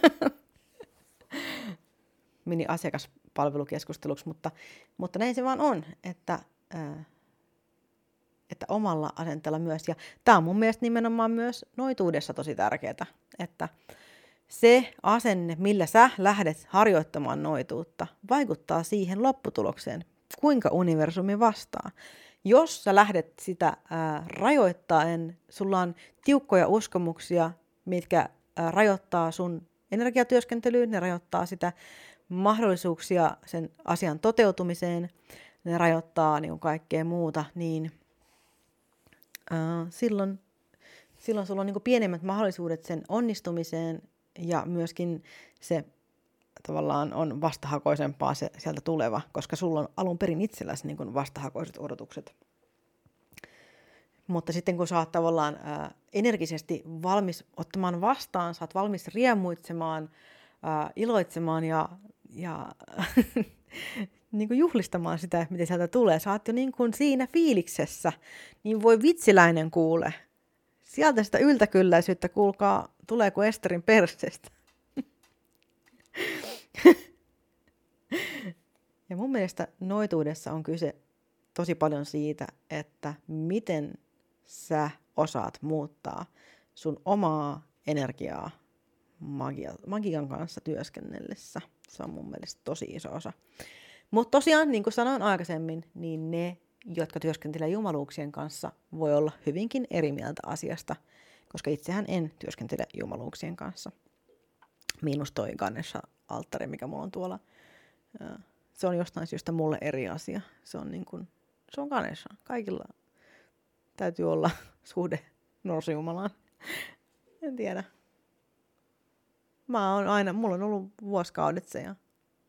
Mini asiakaspalvelukeskusteluksi, mutta näin se vaan on, että omalla asenteella myös. Ja tämä on mun mielestä nimenomaan myös noituudessa tosi tärkeää, että se asenne, millä sä lähdet harjoittamaan noituutta, vaikuttaa siihen lopputulokseen, kuinka universumi vastaa. Jos sä lähdet sitä rajoittaen, sulla on tiukkoja uskomuksia, mitkä rajoittaa sun energiatyöskentelyyn, ne rajoittaa sitä mahdollisuuksia sen asian toteutumiseen, ne rajoittaa niin kaikkea muuta, niin silloin sulla on niin pienemmät mahdollisuudet sen onnistumiseen ja myöskin se tavallaan on vastahakoisempaa se sieltä tuleva, koska sulla on alun perin itselläsi niin vastahakoiset odotukset. Mutta sitten kun sä oot tavallaan energisesti valmis ottamaan vastaan, sä oot valmis riemuitsemaan, iloitsemaan ja niin kuin juhlistamaan sitä, miten sieltä tulee. Sä oot jo niin kuin siinä fiiliksessä, niin voi vitsiläinen kuule. Sieltä sitä yltäkylläisyyttä, kuulkaa, tuleeko Esterin perseestä. Ja mun mielestä noituudessa on kyse tosi paljon siitä, että miten sä osaat muuttaa sun omaa energiaa magian kanssa työskennellessä. Se on mun mielestä tosi iso osa. Mutta tosiaan, niin kuin sanoin aikaisemmin, niin ne, jotka työskentelee jumaluuksien kanssa, voi olla hyvinkin eri mieltä asiasta, koska itsehän en työskentele jumaluuksien kanssa. Miinus toi Ganesha-alttari, mikä mulla on tuolla. Se on jostain syystä mulle eri asia. Se on Ganesha. Kaikilla täytyy olla suhde nousujumalaan. En tiedä. Mulla on ollut vuosikaudet se ja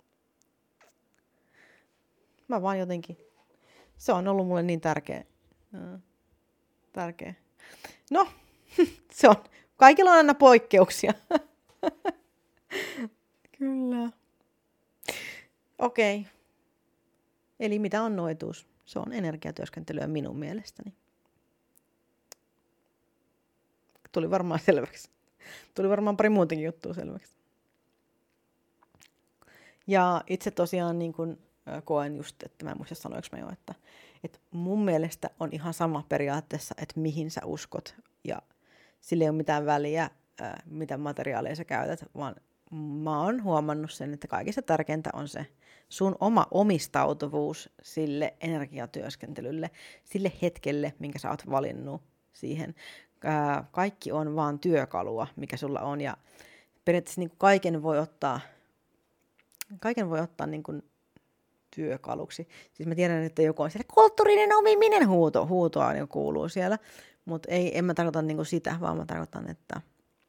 mä vaan jotenkin, se on ollut mulle niin tärkeä. No, se on, kaikilla on aina poikkeuksia. Kyllä. Okei. Eli mitä on noituus? Se on energiatyöskentelyä minun mielestäni. Tuli varmaan selväksi. Tuli varmaan pari muutenkin juttua selväksi. Ja itse tosiaan niin kun, koen just, että mä en muista sanoinko mä jo, että mun mielestä on ihan sama periaatteessa, että mihin sä uskot. Ja sillä ei ole mitään väliä, mitä materiaaleja sä käytät, vaan mä oon huomannut sen, että kaikista tärkeintä on se sun oma omistautuvuus sille energiatyöskentelylle, sille hetkelle, minkä sä oot valinnut siihen. Kaikki on vaan työkalua, mikä sulla on, ja periaatteessa niin kuin kaiken voi niin kuin työkaluksi. Siis mä tiedän, että joku on siellä kulttuurinen omiminen huutoa niin kuuluu siellä, mutta en mä tarkoita niin kuin sitä, vaan mä tarkoitan, että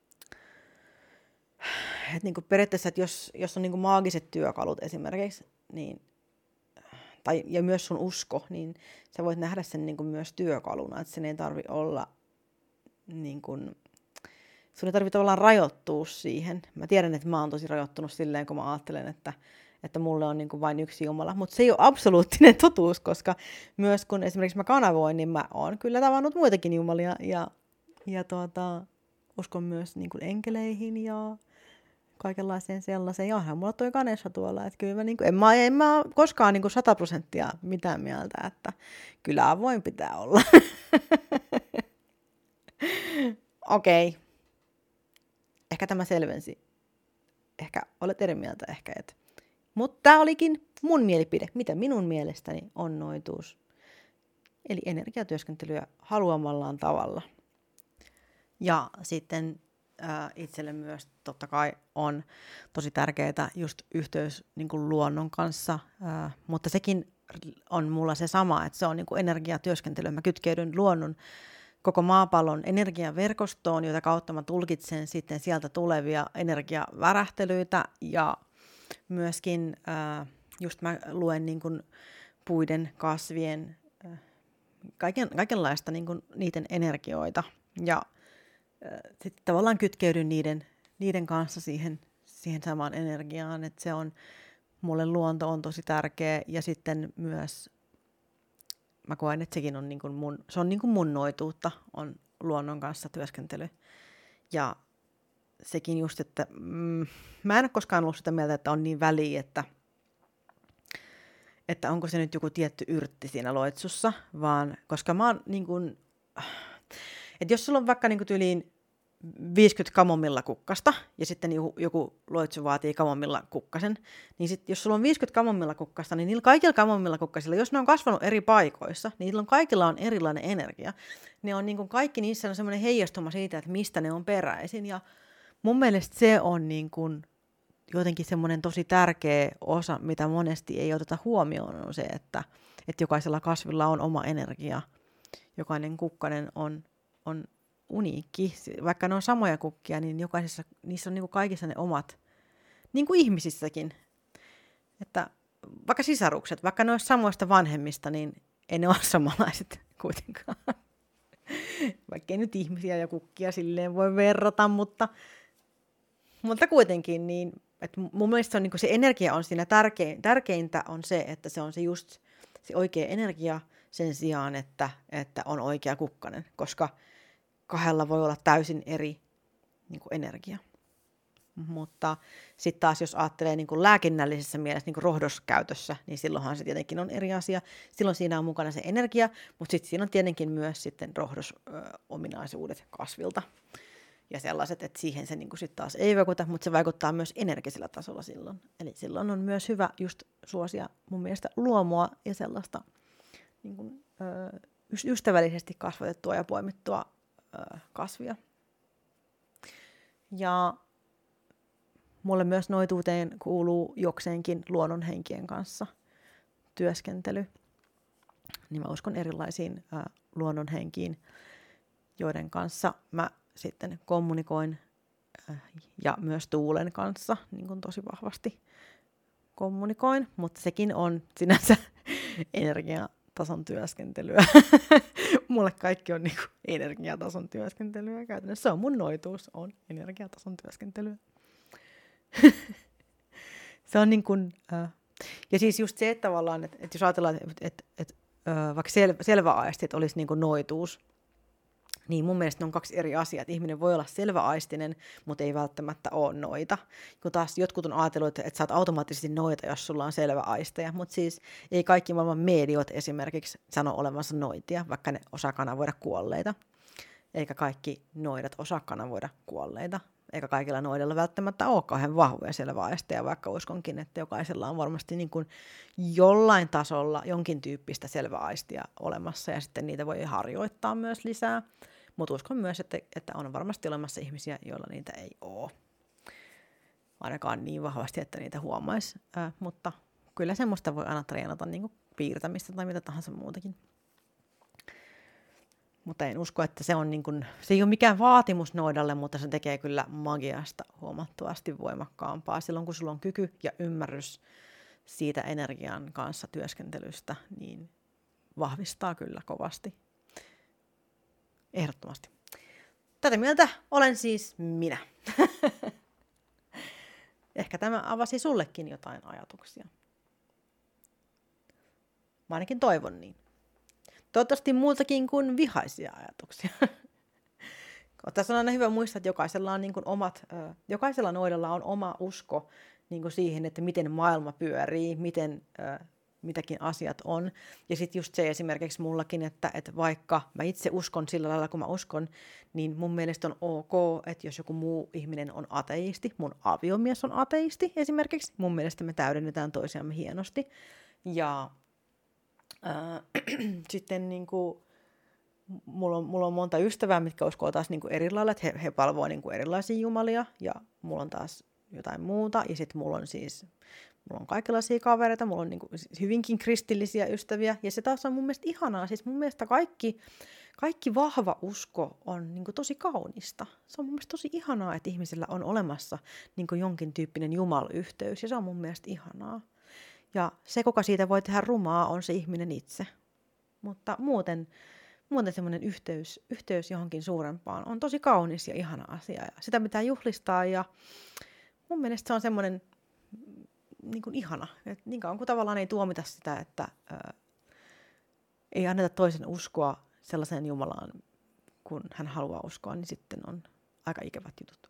niin kuin periaatteessa, että jos on niin kuin maagiset työkalut esimerkiksi, niin, ja myös sun usko, niin sä voit nähdä sen niin kuin myös työkaluna, että sen ei tarvi olla, niin kuin, sun ei tarvitse tavallaan rajoittua siihen. Mä tiedän, että mä oon tosi rajoittunut silleen, kun mä ajattelen, että mulle on niin kuin vain yksi Jumala, mutta se ei ole absoluuttinen totuus, koska myös kun esimerkiksi mä kanavoin, niin mä oon kyllä tavannut muitakin Jumalia ja uskon myös niin kuin enkeleihin ja kaikenlaiseen sellaiseen. Ja onhan mulla toi Ganesha tuolla, että kyllä en mä koskaan niin kuin 100% mitään mieltä, että kyllä avoin pitää olla. Okei. Ehkä tämä selvensi. Ehkä olet eri mieltä, ehkä et. Mutta tämä olikin mun mielipide, mitä minun mielestäni on noituus. Eli energiatyöskentelyä haluamallaan tavalla. Ja sitten itselle myös totta kai on tosi tärkeää just yhteys niin kuin luonnon kanssa, mutta sekin on mulla se sama, että se on niin kuin energiatyöskentelyä. Mä kytkeydyn luonnon koko maapallon energiaverkostoon, jota kautta mä tulkitsen sitten sieltä tulevia energiavärähtelyitä ja myöskin just mä luen niin kuin puiden, kasvien, kaikenlaista niin kuin niiden energioita ja sitten tavallaan kytkeydyn niiden kanssa siihen samaan energiaan, että se on, mulle luonto on tosi tärkeä ja sitten myös mä koen, että sekin on niin kuin mun noituutta, on luonnon kanssa työskentely. Ja sekin just, että mä en ole koskaan ollut sitä mieltä, että on niin väliä, että onko se nyt joku tietty yrtti siinä loitsussa, vaan koska mä oon niin kuin, että jos sulla on vaikka niin kuin tyyliin 50 kamomillakukkasta ja sitten joku loitsu vaatii kamomillakukkasen, niin sitten jos sulla on 50 kamomillakukkasta, niin niillä kaikilla kamomillakukkasilla, jos ne on kasvanut eri paikoissa, niin niillä kaikilla on erilainen energia. Ne on niin kuin kaikki niissä on semmoinen heijastuma siitä, että mistä ne on peräisin. Ja mun mielestä se on niin kuin jotenkin semmoinen tosi tärkeä osa, mitä monesti ei oteta huomioon, on se, että jokaisella kasvilla on oma energia. Jokainen kukkanen on uniikki. Vaikka ne on samoja kukkia, niin niissä on niin kuin kaikissa ne omat, niin kuin ihmisissäkin. Että vaikka sisarukset, vaikka ne olisi samoista vanhemmista, niin ei ne ole samanlaiset kuitenkaan. Vaikka ei nyt ihmisiä ja kukkia silleen voi verrata, mutta kuitenkin, niin, että mun mielestä se, on, niin kuin se energia on siinä tärkeintä on se, että se on se just se oikea energia sen sijaan, että on oikea kukkanen, koska kahdella voi olla täysin eri niin kuin energia. Mutta sitten taas jos ajattelee niin kuin lääkinnällisessä mielessä niin kuin rohdoskäytössä, niin silloinhan se tietenkin on eri asia. Silloin siinä on mukana se energia, mutta sitten siinä on tietenkin myös sitten rohdosominaisuudet kasvilta. Ja sellaiset, että siihen se niin kuin sitten taas ei vaikuta, mutta se vaikuttaa myös energisellä tasolla silloin. Eli silloin on myös hyvä just suosia mun mielestä luomua ja sellaista niin kuin, ystävällisesti kasvatettua ja poimittua kasvia. Ja mulle myös noituuteen kuuluu jokseenkin luonnonhenkien kanssa työskentely. Niin mä uskon erilaisiin luonnonhenkiin, joiden kanssa mä sitten kommunikoin ja myös tuulen kanssa niin kuin tosi vahvasti kommunikoin, mutta sekin on sinänsä energiatason työskentelyä. Mulle kaikki on niin kuin energiatason työskentelyä käytännössä. Se on mun noituus, on energiatason työskentelyä. Se on niin kuin, ja siis just se, että tavallaan, että jos ajatellaan, että vaikka selväaistit olisi niin kuin noituus, Niin mun mielestä ne on kaksi eri asiaa, että ihminen voi olla selväaistinen, mutta ei välttämättä ole noita. Kun taas jotkut on ajatellut, että sä oot automaattisesti noita, jos sulla on selväaisteja, mutta siis ei kaikki maailman mediot esimerkiksi sano olevansa noitia, vaikka ne osaa kanavoida kuolleita. Eikä kaikki noidat osaa kanavoida kuolleita. Eikä kaikilla noidilla välttämättä ole kauhean vahvoja selväaisteja, vaikka uskonkin, että jokaisella on varmasti niin kuin jollain tasolla jonkin tyyppistä selväaistia olemassa, ja sitten niitä voi harjoittaa myös lisää. Mutta uskon myös, että on varmasti olemassa ihmisiä, joilla niitä ei ole. Ainakaan niin vahvasti, että niitä huomaisi. Mutta kyllä semmoista voi aina treenata niin kuin piirtämistä tai mitä tahansa muutakin. Mutta en usko, että se on niin kuin, se ei ole mikään vaatimus noidalle, mutta se tekee kyllä magiasta huomattavasti voimakkaampaa. Silloin kun sulla on kyky ja ymmärrys siitä energian kanssa työskentelystä, niin vahvistaa kyllä kovasti. Ehdottomasti. Tätä mieltä olen siis minä. Ehkä tämä avasi sullekin jotain ajatuksia. Mä ainakin toivon niin. Toivottavasti muutakin kuin vihaisia ajatuksia. Tässä on aina hyvä muistaa, että jokaisella on niin kuin jokaisella noidalla on oma usko niin kuin siihen, että miten maailma pyörii, miten mitäkin asiat on. Ja sitten just se esimerkiksi mullakin, että vaikka mä itse uskon sillä lailla, kun mä uskon, niin mun mielestä on ok, että jos joku muu ihminen on ateisti, mun aviomies on ateisti esimerkiksi, mun mielestä me täydennetään toisiamme hienosti. Ja sitten niinku, mulla on monta ystävää, mitkä uskoo taas niinku eri lailla, että he palvoo niinku erilaisia jumalia, ja mulla on taas jotain muuta, ja sitten mulla on kaikenlaisia kavereita, mulla on niinku hyvinkin kristillisiä ystäviä, ja se taas on mun mielestä ihanaa, siis mun mielestä kaikki vahva usko on niinku tosi kaunista. Se on mun mielestä tosi ihanaa, että ihmisellä on olemassa niinku jonkin tyyppinen jumalyhteys, ja se on mun mielestä ihanaa. Ja se, kuka siitä voi tehdä rumaa, on se ihminen itse. Mutta muuten semmoinen yhteys johonkin suurempaan on tosi kaunis ja ihana asia. Ja sitä pitää juhlistaa, ja mun mielestä se on semmoinen niin kuin ihana. Et niin kauan kuin tavallaan ei tuomita sitä, että ei anneta toisen uskoa sellaiseen Jumalaan, kun hän haluaa uskoa, niin sitten on aika ikävät jutut.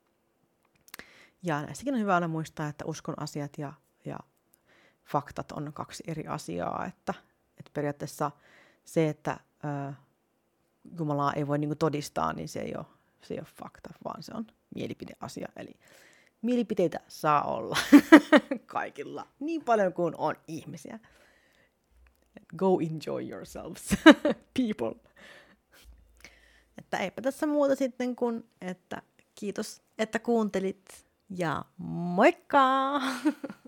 Ja näissäkin on hyvä aina muistaa, että uskon asiat ja faktat on kaksi eri asiaa, että periaatteessa se, että Jumalaa ei voi niinku todistaa, niin se ei ole fakta, vaan se on mielipideasia. Eli mielipiteitä saa olla kaikilla niin paljon kuin on ihmisiä. Go enjoy yourselves, people. Että eipä tässä muuta sitten kuin, että kiitos, että kuuntelit, ja moikka!